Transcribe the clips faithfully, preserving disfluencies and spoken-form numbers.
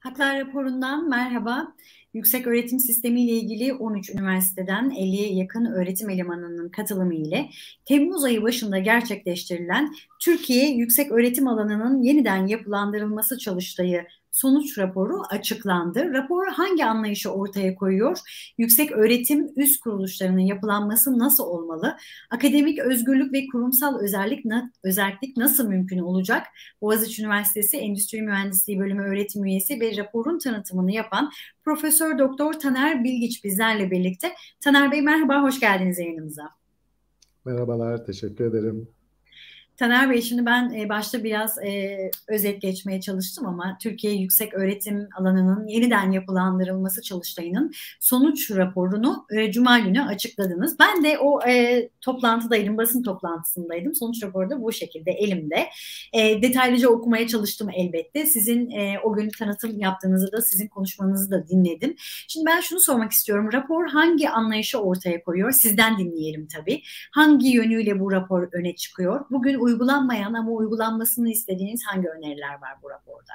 Haklar raporundan merhaba. Yüksek öğretim sistemi ile ilgili on üç üniversiteden elliye yakın öğretim elemanının katılımı ile Temmuz ayı başında gerçekleştirilen Türkiye yüksek öğretim alanının yeniden yapılandırılması çalıştayı sonuç raporu açıklandı. Rapor hangi anlayışı ortaya koyuyor? Yüksek öğretim üst kuruluşlarının yapılanması nasıl olmalı? Akademik özgürlük ve kurumsal özellik, özellik nasıl mümkün olacak? Boğaziçi Üniversitesi Endüstri Mühendisliği Bölümü öğretim üyesi ve raporun tanıtımını yapan Profesör Doktor Taner Bilgiç bizlerle birlikte. Taner Bey merhaba, hoş geldiniz yayınımıza. Merhabalar, teşekkür ederim. Taner Bey, şimdi ben başta biraz e, özet geçmeye çalıştım ama Türkiye Yüksek Öğretim Alanı'nın yeniden yapılandırılması çalıştayının sonuç raporunu e, Cuma günü açıkladınız. Ben de o e, toplantıdaydım, basın toplantısındaydım. Sonuç raporu da bu şekilde elimde. E, detaylıca okumaya çalıştım elbette. Sizin e, o gün tanıtım yaptığınızı da, sizin konuşmanızı da dinledim. Şimdi ben şunu sormak istiyorum. Rapor hangi anlayışı ortaya koyuyor? Sizden dinleyelim tabii. Hangi yönüyle bu rapor öne çıkıyor? Bugün uygulanmayan ama uygulanmasını istediğiniz hangi öneriler var bu raporda?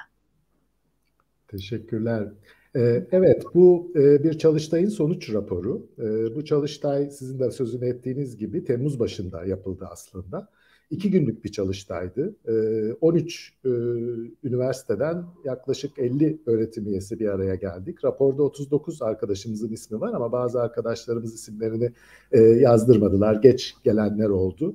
Teşekkürler. Ee, evet, bu e, bir çalıştayın sonuç raporu. E, bu çalıştay sizin de sözünü ettiğiniz gibi Temmuz başında yapıldı aslında. İki günlük bir çalıştaydı. E, on üç e, üniversiteden yaklaşık elli öğretim üyesi bir araya geldik. Raporda otuz dokuz arkadaşımızın ismi var ama bazı arkadaşlarımız isimlerini e, yazdırmadılar. Geç gelenler oldu.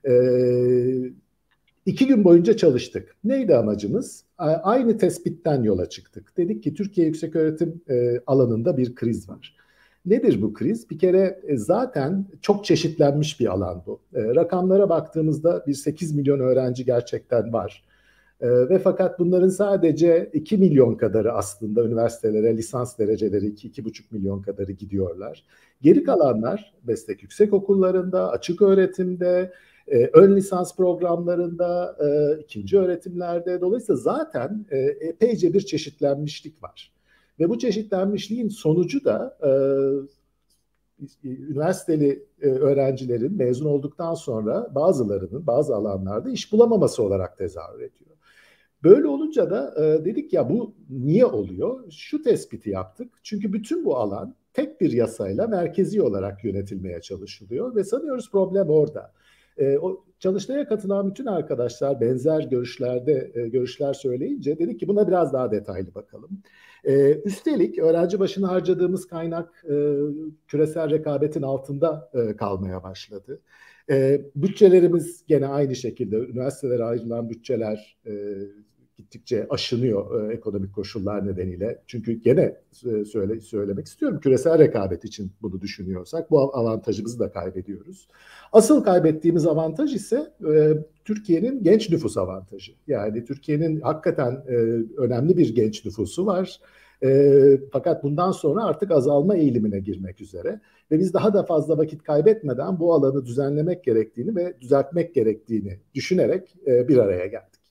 E, İki gün boyunca çalıştık. Neydi amacımız? Aynı tespitten yola çıktık. Dedik ki Türkiye yükseköğretim alanında bir kriz var. Nedir bu kriz? Bir kere zaten çok çeşitlenmiş bir alan bu. Rakamlara baktığımızda bir sekiz milyon öğrenci gerçekten var. Ve fakat bunların sadece iki milyon kadarı aslında üniversitelere lisans dereceleri iki iki buçuk milyon kadarı gidiyorlar. Geri kalanlar meslek yüksekokullarında, açık öğretimde, Ee, ön lisans programlarında, e, ikinci öğretimlerde dolayısıyla zaten e, epeyce bir çeşitlenmişlik var. Ve bu çeşitlenmişliğin sonucu da e, üniversiteli e, öğrencilerin mezun olduktan sonra bazılarının bazı alanlarda iş bulamaması olarak tezahür ediyor. Böyle olunca da e, dedik ya bu niye oluyor? Şu tespiti yaptık. Çünkü bütün bu alan tek bir yasayla merkezi olarak yönetilmeye çalışılıyor ve sanıyoruz problem orada. E, o çalıştaya katılan bütün arkadaşlar benzer görüşlerde e, görüşler söyleyince dedik ki buna biraz daha detaylı bakalım. E, üstelik öğrenci başına harcadığımız kaynak e, küresel rekabetin altında e, kalmaya başladı. E, bütçelerimiz gene aynı şekilde üniversitelere ayrılan bütçeler e, gittikçe aşınıyor e, ekonomik koşullar nedeniyle. Çünkü gene e, söyle, söylemek istiyorum küresel rekabet için bunu düşünüyorsak bu avantajımızı da kaybediyoruz. Asıl kaybettiğimiz avantaj ise e, Türkiye'nin genç nüfus avantajı. Yani Türkiye'nin hakikaten e, önemli bir genç nüfusu var. E, fakat bundan sonra artık azalma eğilimine girmek üzere ve biz daha da fazla vakit kaybetmeden bu alanı düzenlemek gerektiğini ve düzeltmek gerektiğini düşünerek e, bir araya geldik.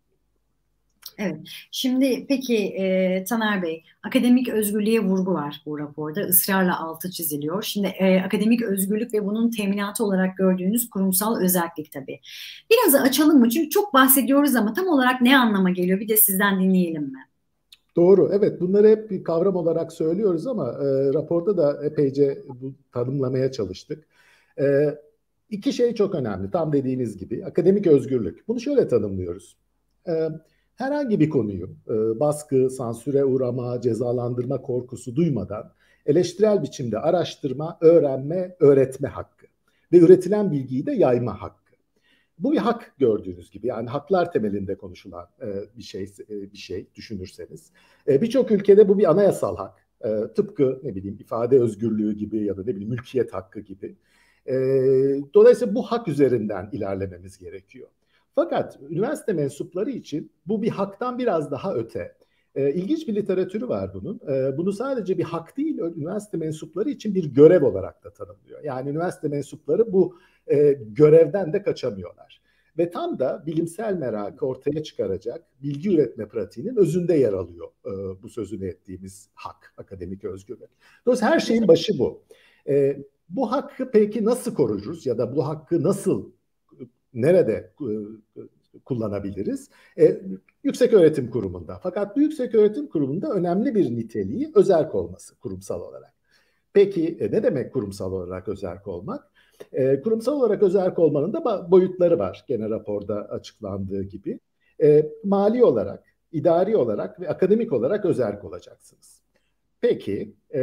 Evet. Şimdi peki e, Taner Bey, akademik özgürlüğe vurgu var bu raporda. Israrla altı çiziliyor. Şimdi e, akademik özgürlük ve bunun teminatı olarak gördüğünüz kurumsal özellik tabii. Biraz açalım mı? Çünkü çok bahsediyoruz ama tam olarak ne anlama geliyor? Bir de sizden dinleyelim mi? Doğru, evet bunları hep bir kavram olarak söylüyoruz ama e, raporda da epeyce bu tanımlamaya çalıştık. E, iki şey çok önemli, tam dediğiniz gibi akademik özgürlük. Bunu şöyle tanımlıyoruz. E, herhangi bir konuyu e, baskı, sansüre uğrama, cezalandırma korkusu duymadan eleştirel biçimde araştırma, öğrenme, öğretme hakkı ve üretilen bilgiyi de yayma hakkı. Bu bir hak gördüğünüz gibi yani haklar temelinde konuşulan e, bir şey e, bir şey düşünürseniz. E, birçok ülkede bu bir anayasal hak. E, tıpkı ne bileyim ifade özgürlüğü gibi ya da ne bileyim mülkiyet hakkı gibi. E, dolayısıyla bu hak üzerinden ilerlememiz gerekiyor. Fakat üniversite mensupları için bu bir haktan biraz daha öte. E, ilginç bir literatürü var bunun. E, bunu sadece bir hak değil, üniversite mensupları için bir görev olarak da tanımlıyor. Yani üniversite mensupları bu e, görevden de kaçamıyorlar. Ve tam da bilimsel merakı ortaya çıkaracak bilgi üretme pratiğinin özünde yer alıyor e, bu sözünü ettiğimiz hak, akademik özgürlük. Dolayısıyla her şeyin başı bu. E, bu hakkı peki nasıl koruruz ya da bu hakkı nasıl, nerede kullanabiliriz. E, yüksek öğretim kurumunda. Fakat bu yüksek öğretim kurumunda önemli bir niteliği özerk olması kurumsal olarak. Peki e, ne demek kurumsal olarak özerk olmak? E, kurumsal olarak özerk olmanın da boyutları var gene raporda açıklandığı gibi. E, mali olarak, idari olarak ve akademik olarak özerk olacaksınız. Peki, e,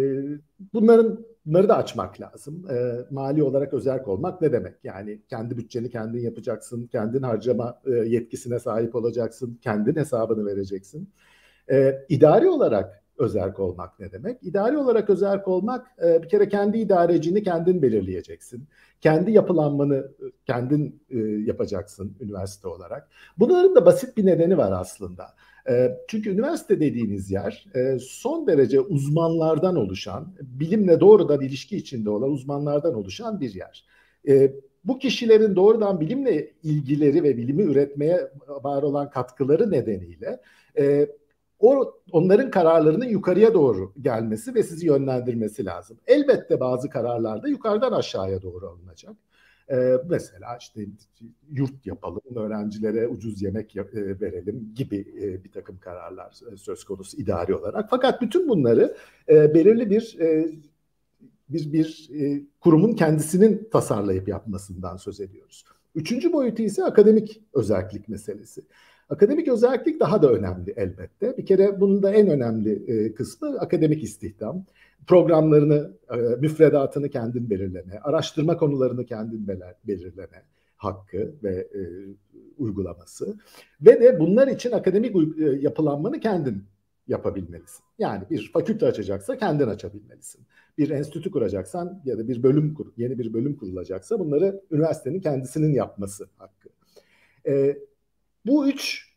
bunların bunları da açmak lazım. E, mali olarak özerk olmak ne demek? Yani kendi bütçeni kendin yapacaksın, kendin harcama e, yetkisine sahip olacaksın, kendin hesabını vereceksin. E, idari olarak özerk olmak ne demek? İdari olarak özerk olmak e, bir kere kendi idarecini kendin belirleyeceksin. Kendi yapılanmanı kendin e, yapacaksın üniversite olarak. Bunların da basit bir nedeni var aslında. E, çünkü üniversite dediğiniz yer e, son derece uzmanlardan oluşan, bilimle doğrudan ilişki içinde olan uzmanlardan oluşan bir yer. E, bu kişilerin doğrudan bilimle ilgileri ve bilimi üretmeye var olan katkıları nedeniyle e, O, onların kararlarının yukarıya doğru gelmesi ve sizi yönlendirmesi lazım. Elbette bazı kararlar da yukarıdan aşağıya doğru alınacak. Ee, mesela işte yurt yapalım, öğrencilere ucuz yemek e, verelim gibi e, bir takım kararlar söz konusu idari olarak. Fakat bütün bunları e, belirli bir e, bir, bir e, kurumun kendisinin tasarlayıp yapmasından söz ediyoruz. Üçüncü boyutu ise akademik özerklik meselesi. Akademik özellik daha da önemli elbette. Bir kere bunun da en önemli e, kısmı akademik istihdam. Programlarını, e, müfredatını kendin belirleme, araştırma konularını kendin belirleme hakkı ve e, uygulaması. Ve de bunlar için akademik e, yapılanmanı kendin yapabilmelisin. Yani bir fakülte açacaksa kendin açabilmelisin. Bir enstitü kuracaksan ya da bir bölüm kur, yeni bir bölüm kurulacaksa bunları üniversitenin kendisinin yapması hakkı. E, Bu üç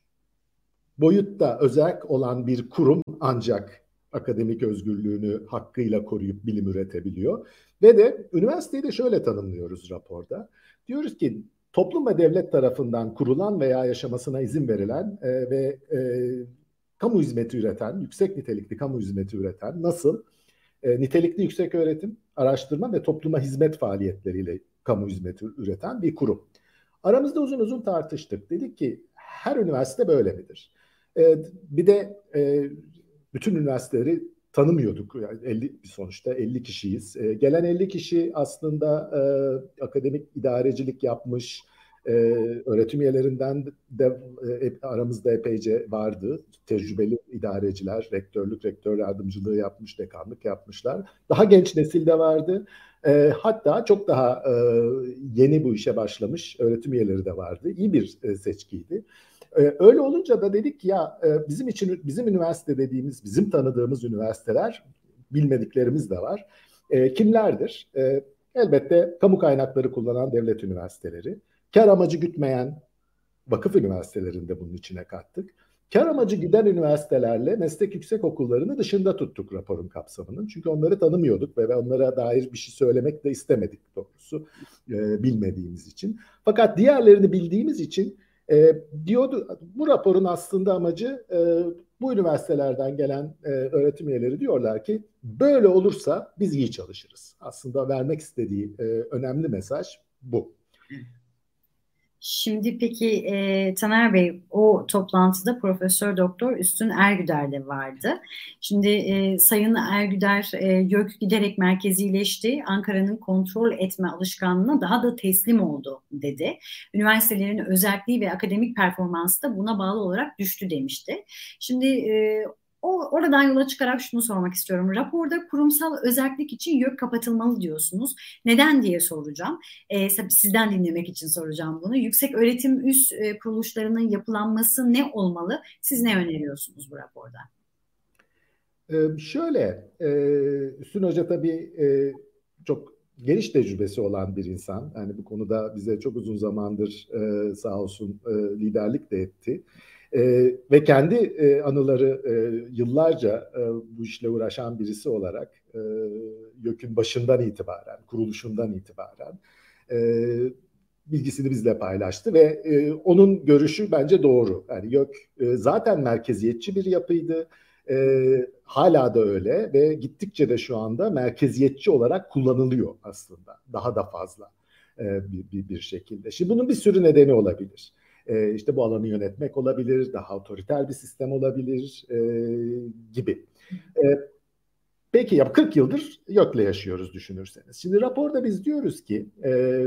boyutta özerk olan bir kurum ancak akademik özgürlüğünü hakkıyla koruyup bilim üretebiliyor. Ve de üniversiteyi de şöyle tanımlıyoruz raporda. Diyoruz ki toplum ve devlet tarafından kurulan veya yaşamasına izin verilen e, ve e, kamu hizmeti üreten, yüksek nitelikli kamu hizmeti üreten nasıl? E, nitelikli yüksek öğretim, araştırma ve topluma hizmet faaliyetleriyle kamu hizmeti üreten bir kurum. Aramızda uzun uzun tartıştık. Dedik ki her üniversite böyle midir? Ee, bir de e, bütün üniversiteleri tanımıyorduk. Yani elli, sonuçta elli kişiyiz. Ee, gelen elli kişi aslında e, akademik idarecilik yapmış, e, öğretim üyelerinden de e, aramızda epeyce vardı. Tecrübeli idareciler, rektörlük, rektör yardımcılığı yapmış, dekanlık yapmışlar. Daha genç nesil de vardı. E, hatta çok daha e, yeni bu işe başlamış öğretim üyeleri de vardı. İyi bir e, seçkiydi. E, öyle olunca da dedik ya e, bizim için bizim üniversite dediğimiz, bizim tanıdığımız üniversiteler bilmediklerimiz de var. E, kimlerdir? E, elbette kamu kaynakları kullanan devlet üniversiteleri, kar amacı gütmeyen vakıf üniversitelerini de bunun içine kattık. Kar amacı güden üniversitelerle meslek yüksek okullarını dışında tuttuk raporun kapsamının. Çünkü onları tanımıyorduk ve onlara dair bir şey söylemek de istemedik doğrusu e, bilmediğimiz için. Fakat diğerlerini bildiğimiz için e, diyordu bu raporun aslında amacı e, bu üniversitelerden gelen e, öğretim üyeleri diyorlar ki böyle olursa biz iyi çalışırız. Aslında vermek istediği e, önemli mesaj bu. Şimdi peki e, Taner Bey, o toplantıda Profesör Doktor Üstün Ergüder de vardı. Şimdi e, Sayın Ergüder e, YÖK giderek merkezileşti, Ankara'nın kontrol etme alışkanlığına daha da teslim oldu dedi. Üniversitelerin özelliği ve akademik performansı da buna bağlı olarak düştü demişti. Şimdi e, O, oradan yola çıkarak şunu sormak istiyorum. Raporda kurumsal özellik için YÖK kapatılmalı diyorsunuz. Neden diye soracağım. Ee, sizden dinlemek için soracağım bunu. Yüksek öğretim üst e, kuruluşlarının yapılanması ne olmalı? Siz ne öneriyorsunuz bu raporda? Ee, şöyle, e, Üstün Hoca tabii e, çok geniş tecrübesi olan bir insan. Yani bu konuda bize çok uzun zamandır e, sağ olsun e, liderlik de etti. E, ve kendi e, anıları e, yıllarca e, bu işle uğraşan birisi olarak e, YÖK'ün başından itibaren, kuruluşundan itibaren e, bilgisini bizle paylaştı ve e, onun görüşü bence doğru. Yani YÖK e, zaten merkeziyetçi bir yapıydı. E, hala da öyle ve gittikçe de şu anda merkeziyetçi olarak kullanılıyor aslında. Daha da fazla e, bir, bir, bir şekilde. Şimdi bunun bir sürü nedeni olabilir. E, işte bu alanı yönetmek olabilir, daha otoriter bir sistem olabilir e, gibi. E, peki ya kırk yıldır YÖK'le yaşıyoruz düşünürseniz. Şimdi raporda biz diyoruz ki e,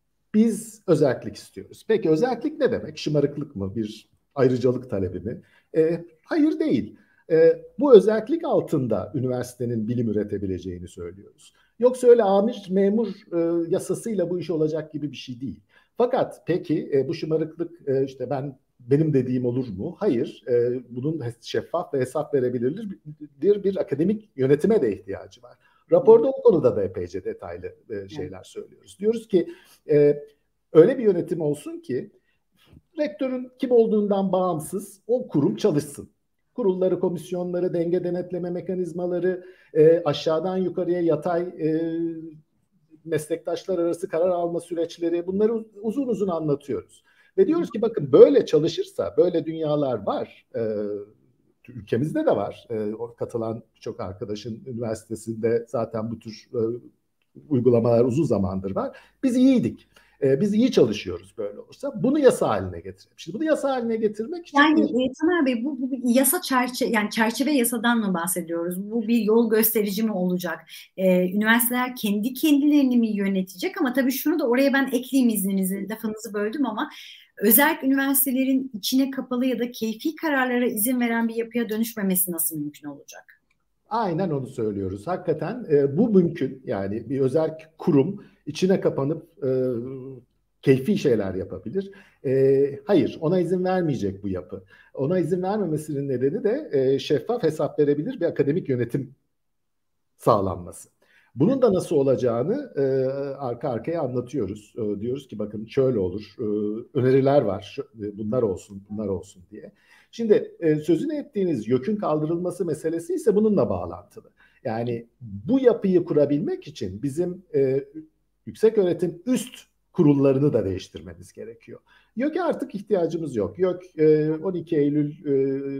biz özellik istiyoruz. Peki özellik ne demek? Şımarıklık mı? Bir ayrıcalık talebi mi? E, hayır değil. E, bu özellik altında üniversitenin bilim üretebileceğini söylüyoruz. Yoksa öyle amir memur e, yasasıyla bu iş olacak gibi bir şey değil. Fakat peki e, bu şımarıklık e, işte ben benim dediğim olur mu? Hayır. E, bunun şeffaf ve hesap verebilir bir, bir akademik yönetime de ihtiyacı var. Raporda o konuda da epeyce detaylı e, şeyler söylüyoruz. Diyoruz ki e, öyle bir yönetim olsun ki rektörün kim olduğundan bağımsız o kurum çalışsın. Kurulları, komisyonları, denge denetleme mekanizmaları, e, aşağıdan yukarıya yatay e, meslektaşlar arası karar alma süreçleri, bunları uzun uzun anlatıyoruz. Ve diyoruz ki bakın böyle çalışırsa, böyle dünyalar var. E, ülkemizde de var. E, katılan çok arkadaşın üniversitesinde zaten bu tür e, uygulamalar uzun zamandır var. Biz iyiydik. E, biz iyi çalışıyoruz böyle olursa. Bunu yasa haline getirelim. Şimdi bunu yasa haline getirmek için... Yani e, Taner Bey bu, bu bir yasa çerçeve, yani çerçeve yasadan mı bahsediyoruz? Bu bir yol gösterici mi olacak? E, üniversiteler kendi kendilerini mi yönetecek? Ama tabii şunu da oraya ben ekleyeyim, izninizi, lafınızı böldüm ama özel üniversitelerin içine kapalı ya da keyfi kararlara izin veren bir yapıya dönüşmemesi nasıl mümkün olacak? Aynen onu söylüyoruz. Hakikaten e, bu mümkün. Yani bir özel kurum içine kapanıp e, keyfi şeyler yapabilir. E, hayır, ona izin vermeyecek bu yapı. Ona izin vermemesinin nedeni de e, şeffaf, hesap verebilir bir akademik yönetim sağlanması. Bunun da nasıl olacağını e, arka arkaya anlatıyoruz. E, diyoruz ki bakın şöyle olur, e, öneriler var, şu, e, bunlar olsun, bunlar olsun diye. Şimdi e, sözünü ettiğiniz YÖK'ün kaldırılması meselesi ise bununla bağlantılı. Yani bu yapıyı kurabilmek için bizim e, yüksek öğretim üst kurullarını da değiştirmemiz gerekiyor. YÖK'e artık ihtiyacımız yok. YÖK e, on iki Eylül e,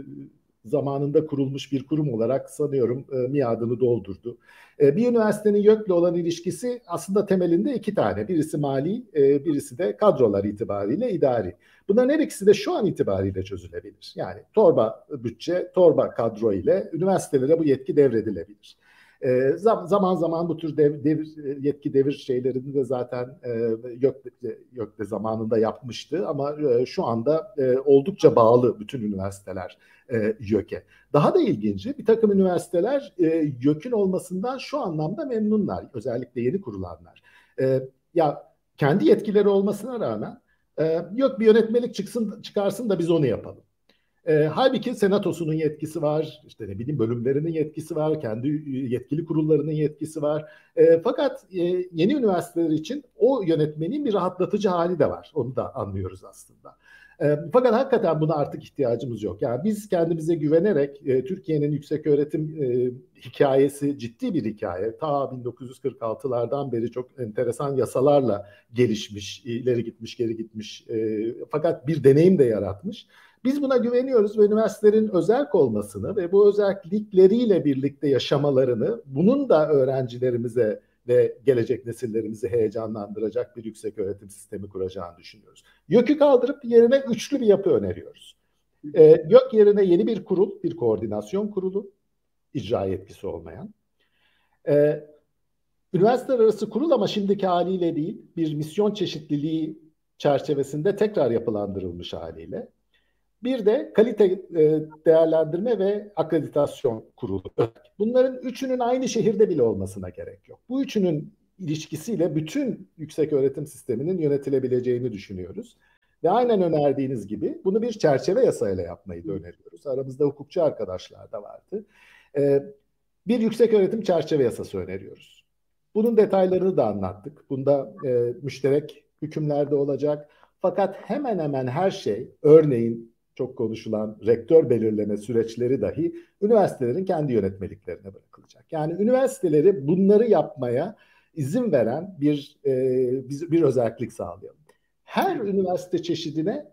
zamanında kurulmuş bir kurum olarak sanıyorum e, miadını doldurdu. E, bir üniversitenin YÖK'le olan ilişkisi aslında temelinde iki tane. Birisi mali, e, birisi de kadrolar itibariyle idari. Bunların her ikisi de şu an itibariyle çözülebilir. Yani torba bütçe, torba kadro ile üniversitelere bu yetki devredilebilir. E, zaman zaman bu tür dev, devir, yetki devir şeylerini de zaten e, YÖK, YÖK de zamanında yapmıştı ama e, şu anda e, oldukça bağlı bütün üniversiteler e, YÖK'e. Daha da ilginci bir takım üniversiteler e, YÖK'ün olmasından şu anlamda memnunlar. Özellikle yeni kurulanlar. E, ya kendi yetkileri olmasına rağmen e, yok bir yönetmelik çıksın çıkarsın da biz onu yapalım. E, halbuki senatosunun yetkisi var, işte ne bileyim bölümlerinin yetkisi var, kendi yetkili kurullarının yetkisi var. E, fakat e, yeni üniversiteler için o yönetmenin bir rahatlatıcı hali de var. Onu da anlıyoruz aslında. E, fakat hakikaten buna artık ihtiyacımız yok. Yani biz kendimize güvenerek e, Türkiye'nin yüksek öğretim e, hikayesi ciddi bir hikaye. Ta bin dokuz yüz kırk altılardan beri çok enteresan yasalarla gelişmiş, ileri gitmiş, geri gitmiş. E, fakat bir deneyim de yaratmış. Biz buna güveniyoruz ve üniversitelerin özerk olmasını ve bu özerklikleriyle birlikte yaşamalarını, bunun da öğrencilerimize ve gelecek nesillerimizi heyecanlandıracak bir yüksek öğretim sistemi kuracağını düşünüyoruz. YÖK'ü kaldırıp yerine üçlü bir yapı öneriyoruz. Ee, YÖK yerine yeni bir kurul, bir koordinasyon kurulu, icra yetkisi olmayan. Ee, üniversiteler arası kurul ama şimdiki haliyle değil, bir misyon çeşitliliği çerçevesinde tekrar yapılandırılmış haliyle. Bir de kalite değerlendirme ve akreditasyon kurulu. Bunların üçünün aynı şehirde bile olmasına gerek yok. Bu üçünün ilişkisiyle bütün yüksek öğretim sisteminin yönetilebileceğini düşünüyoruz. Ve aynen önerdiğiniz gibi bunu bir çerçeve yasayla yapmayı da öneriyoruz. Aramızda hukukçu arkadaşlar da vardı. Bir yüksek öğretim çerçeve yasası öneriyoruz. Bunun detaylarını da anlattık. Bunda müşterek hükümler de olacak. Fakat hemen hemen her şey, örneğin çok konuşulan rektör belirleme süreçleri dahi üniversitelerin kendi yönetmeliklerine bırakılacak. Yani üniversiteleri bunları yapmaya izin veren bir e, bir, bir özellik sağlayalım. Her üniversite çeşidine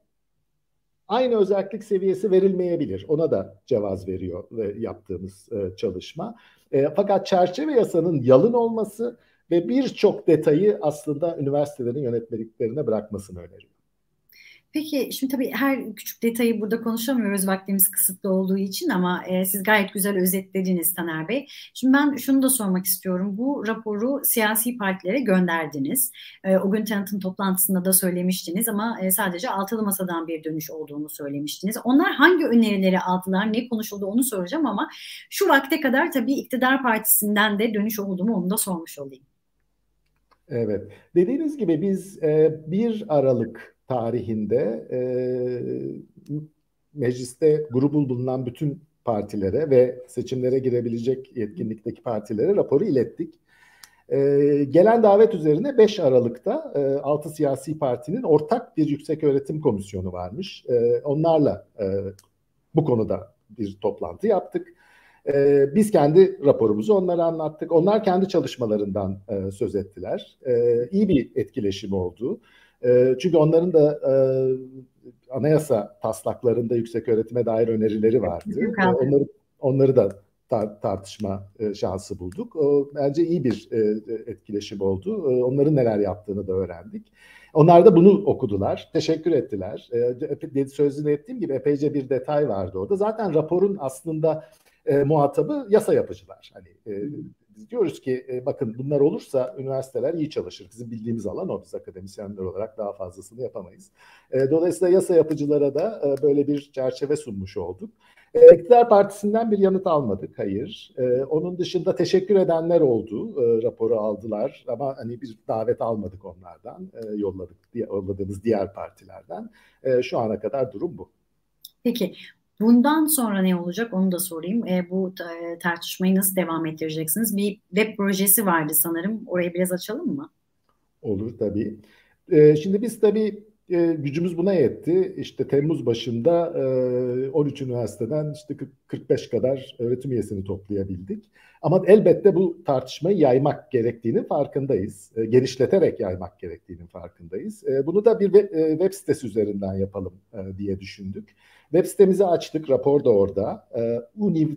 aynı özellik seviyesi verilmeyebilir. Ona da cevaz veriyor yaptığımız e, çalışma. E, fakat çerçeve yasanın yalın olması ve birçok detayı aslında üniversitelerin yönetmeliklerine bırakmasını öneriyor. Peki şimdi tabii her küçük detayı burada konuşamıyoruz vaktimiz kısıtlı olduğu için ama e, siz gayet güzel özetlediniz Taner Bey. Şimdi ben şunu da sormak istiyorum. Bu raporu siyasi partilere gönderdiniz. E, o gün tanıtım toplantısında da söylemiştiniz ama e, sadece altılı masadan bir dönüş olduğunu söylemiştiniz. Onlar hangi önerileri aldılar, ne konuşuldu onu soracağım ama şu vakte kadar tabii iktidar partisinden de dönüş oldu mu onu da sormuş olayım. Evet. Dediğiniz gibi biz e, bir Aralık tarihinde e, mecliste grubu bulunan bütün partilere ve seçimlere girebilecek yetkinlikteki partilere raporu ilettik. E, gelen davet üzerine beş Aralık'ta e, altı siyasi partinin ortak bir yükseköğretim komisyonu varmış. E, onlarla e, bu konuda bir toplantı yaptık. Ee, biz kendi raporumuzu onlara anlattık. Onlar kendi çalışmalarından e, söz ettiler. E, iyi bir etkileşim oldu. E, çünkü onların da e, anayasa taslaklarında yükseköğretime dair önerileri vardı. E, onları onları da tar- tartışma e, şansı bulduk. O, bence iyi bir e, etkileşim oldu. E, onların neler yaptığını da öğrendik. Onlar da bunu okudular, teşekkür ettiler. E, sözünü ettiğim gibi epeyce bir detay vardı orada. Zaten raporun aslında e, muhatabı yasa yapıcılar. Hani e, biz diyoruz ki e, bakın bunlar olursa üniversiteler iyi çalışır. Bizim bildiğimiz alan o. Biz akademisyenler olarak daha fazlasını yapamayız. E, dolayısıyla yasa yapıcılara da e, böyle bir çerçeve sunmuş olduk. E, İktidar Partisi'nden bir yanıt almadık, hayır. E, onun dışında teşekkür edenler oldu, e, raporu aldılar ama hani bir davet almadık onlardan, e, yolladık yolladığımız diğer partilerden. E, şu ana kadar durum bu. Peki bundan sonra ne olacak onu da sorayım. E, bu e, tartışmayı nasıl devam ettireceksiniz? Bir web projesi vardı sanırım. Orayı biraz açalım mı? Olur tabii. E, şimdi biz tabii e, gücümüz buna yetti. İşte Temmuz başında e, on üç üniversiteden işte kırk beş kadar öğretim üyesini toplayabildik. Ama elbette bu tartışmayı yaymak gerektiğinin farkındayız. E, genişleterek yaymak gerektiğinin farkındayız. E, bunu da bir web, e, web sitesi üzerinden yapalım e, diye düşündük. Web sitemizi açtık, rapor da orada. E, univ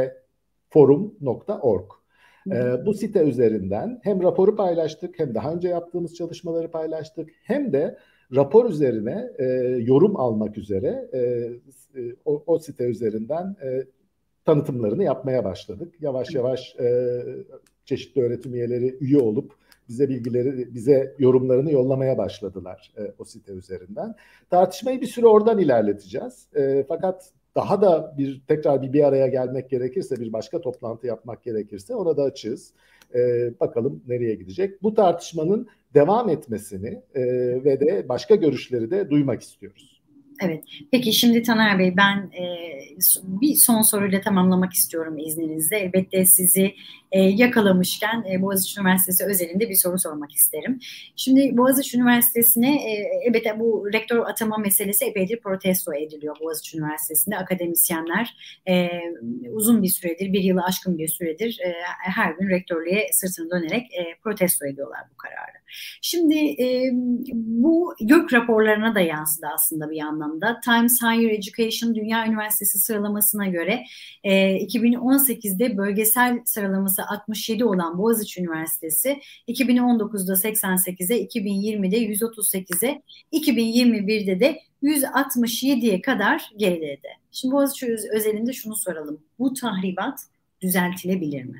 forum nokta org. E, bu site üzerinden hem raporu paylaştık, hem daha önce yaptığımız çalışmaları paylaştık, hem de rapor üzerine e, yorum almak üzere e, e, o, o site üzerinden e, tanıtımlarını yapmaya başladık. Yavaş yavaş e, çeşitli öğretim üyeleri üye olup bize bilgileri, bize yorumlarını yollamaya başladılar e, o site üzerinden. Tartışmayı bir süre oradan ilerleteceğiz. E, fakat daha da bir tekrar bir bir araya gelmek gerekirse, bir başka toplantı yapmak gerekirse ona da açığız. E, bakalım nereye gidecek. Bu tartışmanın devam etmesini e, ve de başka görüşleri de duymak istiyoruz. Evet. Peki şimdi Taner Bey ben e, bir son soruyla tamamlamak istiyorum izninizle. Elbette sizi e, yakalamışken e, Boğaziçi Üniversitesi özelinde bir soru sormak isterim. Şimdi Boğaziçi Üniversitesi'ne e, elbette bu rektör atama meselesi epeydir protesto ediliyor Boğaziçi Üniversitesi'nde. Akademisyenler e, uzun bir süredir, bir yılı aşkın bir süredir e, her gün rektörlüğe sırtını dönerek e, protesto ediyorlar bu kararı. Şimdi e, bu YÖK raporlarına da yansıdı aslında bir anlamda. Times Higher Education Dünya Üniversitesi sıralamasına göre e, iki bin on sekizde bölgesel sıralaması altmış yedi olan Boğaziçi Üniversitesi iki bin on dokuzda seksen sekize, iki bin yirmide yüz otuz sekize, iki bin yirmi birde de yüz altmış yediye kadar geriledi. Şimdi Boğaziçi özelinde şunu soralım. Bu tahribat düzeltilebilir mi?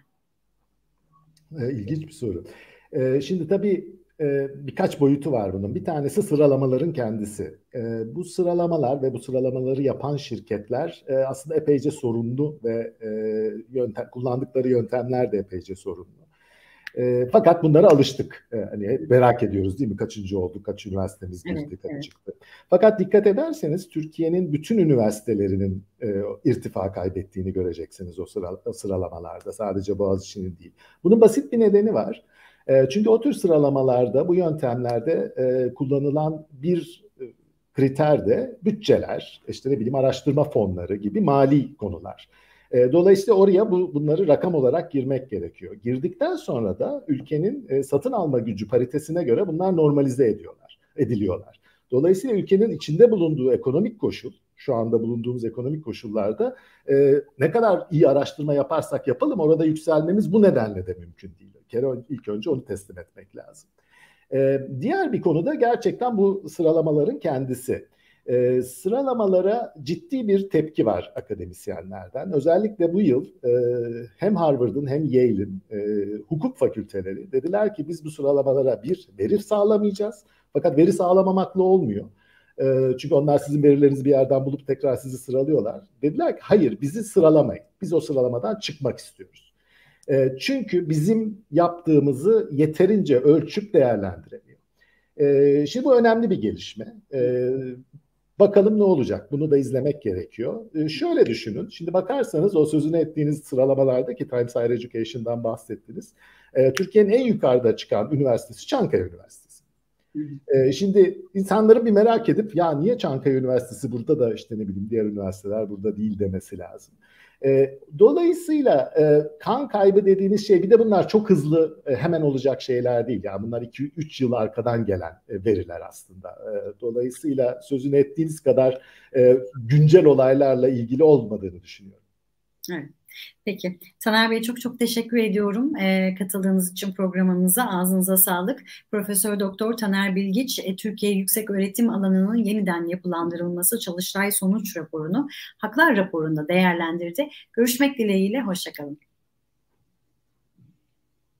İlginç bir soru. Şimdi tabii birkaç boyutu var bunun. Bir tanesi sıralamaların kendisi. Bu sıralamalar ve bu sıralamaları yapan şirketler aslında epeyce sorunlu ve yöntem, kullandıkları yöntemler de epeyce sorunlu. Fakat bunlara alıştık. Hani merak ediyoruz değil mi? Kaçıncı oldu, kaç üniversitemiz girdi, evet, kaç evet. çıktı. Fakat dikkat ederseniz Türkiye'nin bütün üniversitelerinin e, irtifa kaybettiğini göreceksiniz o, sıra, o sıralamalarda. Sadece Boğaziçi'nin değil. Bunun basit bir nedeni var. E, çünkü o tür sıralamalarda, bu yöntemlerde e, kullanılan bir kriter de bütçeler, işte ne bileyim araştırma fonları gibi mali konular. Dolayısıyla oraya bu, bunları rakam olarak girmek gerekiyor. Girdikten sonra da ülkenin e, satın alma gücü paritesine göre bunlar normalize ediyorlar, ediliyorlar. Dolayısıyla ülkenin içinde bulunduğu ekonomik koşul, şu anda bulunduğumuz ekonomik koşullarda e, ne kadar iyi araştırma yaparsak yapalım orada yükselmemiz bu nedenle de mümkün değil. Bir kere ilk önce onu teslim etmek lazım. E, diğer bir konu da gerçekten bu sıralamaların kendisi. E, sıralamalara ciddi bir tepki var akademisyenlerden. Özellikle bu yıl e, hem Harvard'ın hem Yale'in e, hukuk fakülteleri dediler ki biz bu sıralamalara bir veri sağlamayacağız. Fakat veri sağlamamakla olmuyor. E, çünkü onlar sizin verilerinizi bir yerden bulup tekrar sizi sıralıyorlar. Dediler ki hayır, bizi sıralamayın. Biz o sıralamadan çıkmak istiyoruz. E, çünkü bizim yaptığımızı yeterince ölçüp değerlendiremiyor. E, şimdi bu önemli bir gelişme. E, bakalım ne olacak? Bunu da izlemek gerekiyor. E, şöyle düşünün. Şimdi bakarsanız o sözünü ettiğiniz sıralamalarda ki Times Higher Education'dan bahsettiniz. E, Türkiye'nin en yukarıda çıkan üniversitesi Çankaya Üniversitesi. E, şimdi insanların bir merak edip ya niye Çankaya Üniversitesi burada da işte ne bileyim diğer üniversiteler burada değil demesi lazım. E, dolayısıyla e, kan kaybı dediğiniz şey bir de bunlar çok hızlı e, hemen olacak şeyler değil. Yani bunlar iki üç yıl arkadan gelen e, veriler aslında. E, dolayısıyla sözünü ettiğiniz kadar e, güncel olaylarla ilgili olmadığını düşünüyorum. Evet. Peki. Taner Bey çok çok teşekkür ediyorum e, katıldığınız için programımıza. Ağzınıza sağlık. Profesör Doktor Taner Bilgiç, e, Türkiye Yüksek Öğretim Alanı'nın yeniden yapılandırılması Çalıştay Sonuç Raporu'nu Haklar Raporu'nda değerlendirdi. Görüşmek dileğiyle, hoşça kalın.